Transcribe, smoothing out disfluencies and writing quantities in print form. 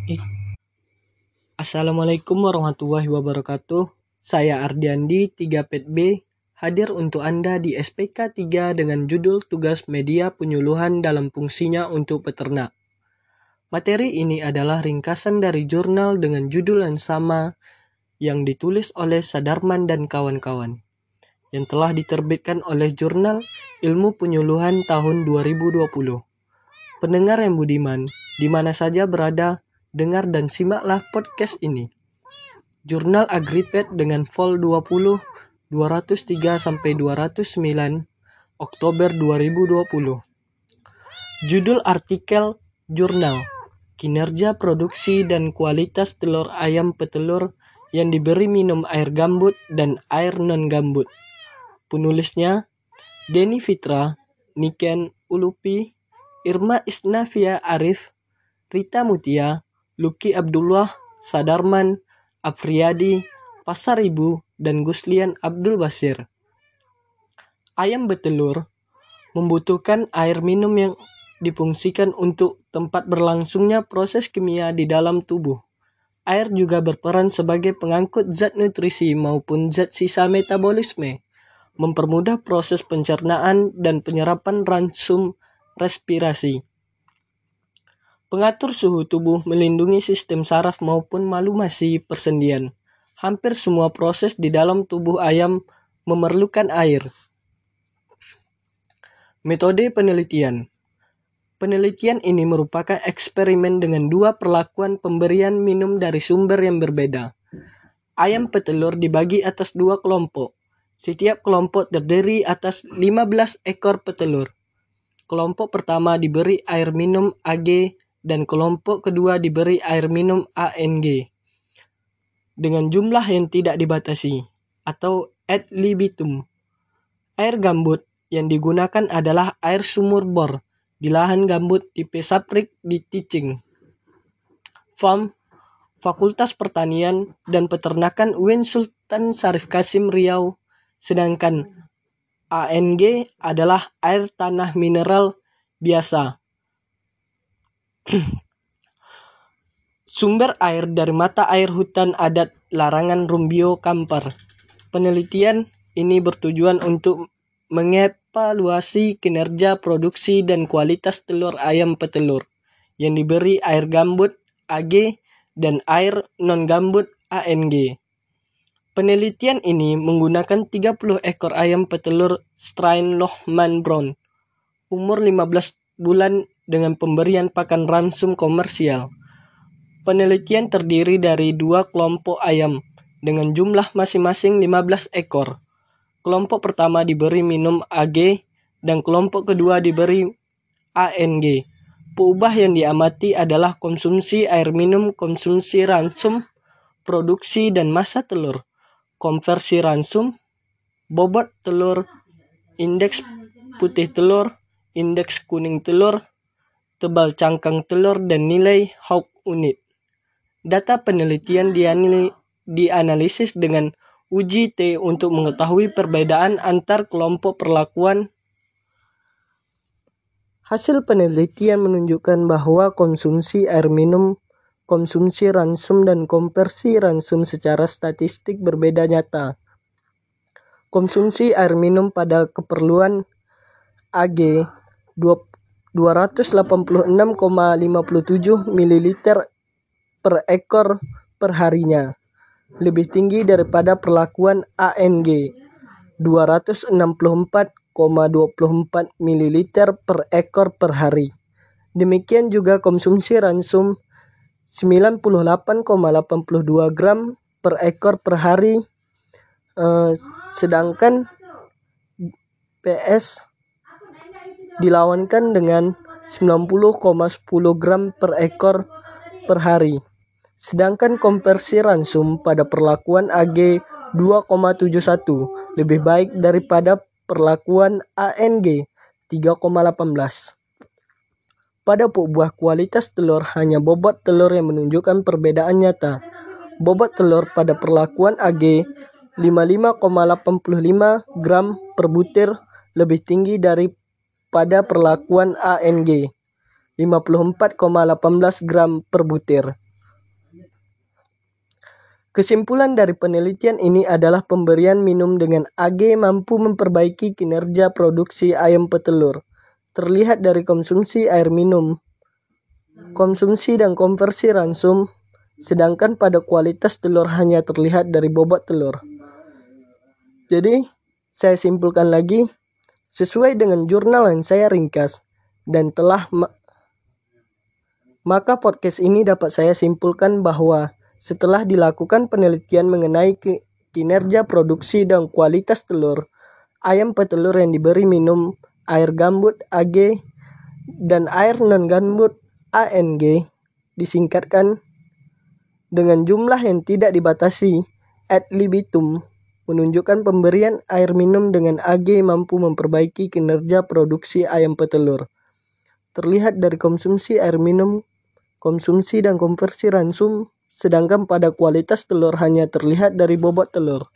Ih. Assalamualaikum warahmatullahi wabarakatuh. Saya Ardiandi 3PB hadir untuk Anda di SPK 3 dengan judul Tugas Media Penyuluhan dalam fungsinya untuk peternak. Materi ini adalah ringkasan dari jurnal dengan judul yang sama yang ditulis oleh Sadarman dan kawan-kawan, yang telah diterbitkan oleh Jurnal Ilmu Penyuluhan tahun 2020. Pendengar yang budiman, di mana saja berada, dengar dan simaklah podcast ini. Jurnal Agriped dengan vol 20 203-209 Oktober 2020. Judul artikel jurnal Kinerja Produksi dan Kualitas Telur Ayam Petelur yang diberi minum air gambut dan air non-gambut. Penulisnya Denny Fitra, Niken Ulupi, Irma Isnavia Arif, Rita Mutia, Luki Abdullah, Sadarman, Afriyadi, Pasar Ibu, dan Guslian Abdul Basir. Ayam betelur membutuhkan air minum yang difungsikan untuk tempat berlangsungnya proses kimia di dalam tubuh. Air juga berperan sebagai pengangkut zat nutrisi maupun zat sisa metabolisme, mempermudah proses pencernaan dan penyerapan ransum respirasi. Pengatur suhu tubuh, melindungi sistem saraf maupun malumasi persendian. Hampir semua proses di dalam tubuh ayam memerlukan air. Metode penelitian. Penelitian ini merupakan eksperimen dengan dua perlakuan pemberian minum dari sumber yang berbeda. Ayam petelur dibagi atas dua kelompok. Setiap kelompok terdiri atas 15 ekor petelur. Kelompok pertama diberi air minum AG dan kelompok kedua diberi air minum ANG dengan jumlah yang tidak dibatasi atau ad libitum. Air gambut yang digunakan adalah air sumur bor di lahan gambut di Pesaprik di Ticing Farm, Fakultas Pertanian dan Peternakan UIN Sultan Syarif Kasim Riau, sedangkan ANG adalah air tanah mineral biasa. Sumber air dari mata air hutan adat larangan Rumbio Kampar. Penelitian ini bertujuan untuk mengevaluasi kinerja produksi dan kualitas telur ayam petelur yang diberi air gambut AG dan air non-gambut ANG. Penelitian ini menggunakan 30 ekor ayam petelur strain Lohmann Brown umur 15 bulan dengan pemberian pakan ransum komersial. Penelitian terdiri dari dua kelompok ayam dengan jumlah masing-masing 15 ekor. Kelompok pertama diberi minum AG dan kelompok kedua diberi ANG. Peubah yang diamati adalah konsumsi air minum, konsumsi ransum, produksi dan masa telur, konversi ransum, bobot telur, indeks putih telur, indeks kuning telur, tebal cangkang telur, dan nilai Hawk unit. Data penelitian dianalisis dengan uji T untuk mengetahui perbedaan antar kelompok perlakuan. Hasil penelitian menunjukkan bahwa konsumsi air minum, konsumsi ransum, dan konversi ransum secara statistik berbeda nyata. Konsumsi air minum pada keperluan AG 286,57 ml per ekor per harinya, lebih tinggi daripada perlakuan ANG 264,24 ml per ekor per hari. Demikian juga konsumsi ransum 98,82 gram per ekor per hari, sedangkan PS dilawankan dengan 90,10 gram per ekor per hari. Sedangkan konversi ransum pada perlakuan AG 2,71 lebih baik daripada perlakuan ANG 3,18. Pada peubah kualitas telur, hanya bobot telur yang menunjukkan perbedaan nyata. Bobot telur pada perlakuan AG 55,85 gram per butir lebih tinggi daripada perlakuan ANG 54,18 gram per butir. Kesimpulan dari penelitian ini adalah pemberian minum dengan AG mampu memperbaiki kinerja produksi ayam petelur. Terlihat dari konsumsi air minum, konsumsi dan konversi ransum, sedangkan pada kualitas telur hanya terlihat dari bobot telur. Jadi, saya simpulkan lagi, sesuai dengan jurnal yang saya ringkas dan maka podcast ini dapat saya simpulkan bahwa setelah dilakukan penelitian mengenai kinerja produksi dan kualitas telur, ayam petelur yang diberi minum air gambut AG dan air non-gambut ANG disingkatkan dengan jumlah yang tidak dibatasi ad libitum menunjukkan pemberian air minum dengan AG mampu memperbaiki kinerja produksi ayam petelur. Terlihat dari konsumsi air minum, konsumsi dan konversi ransum, sedangkan pada kualitas telur hanya terlihat dari bobot telur.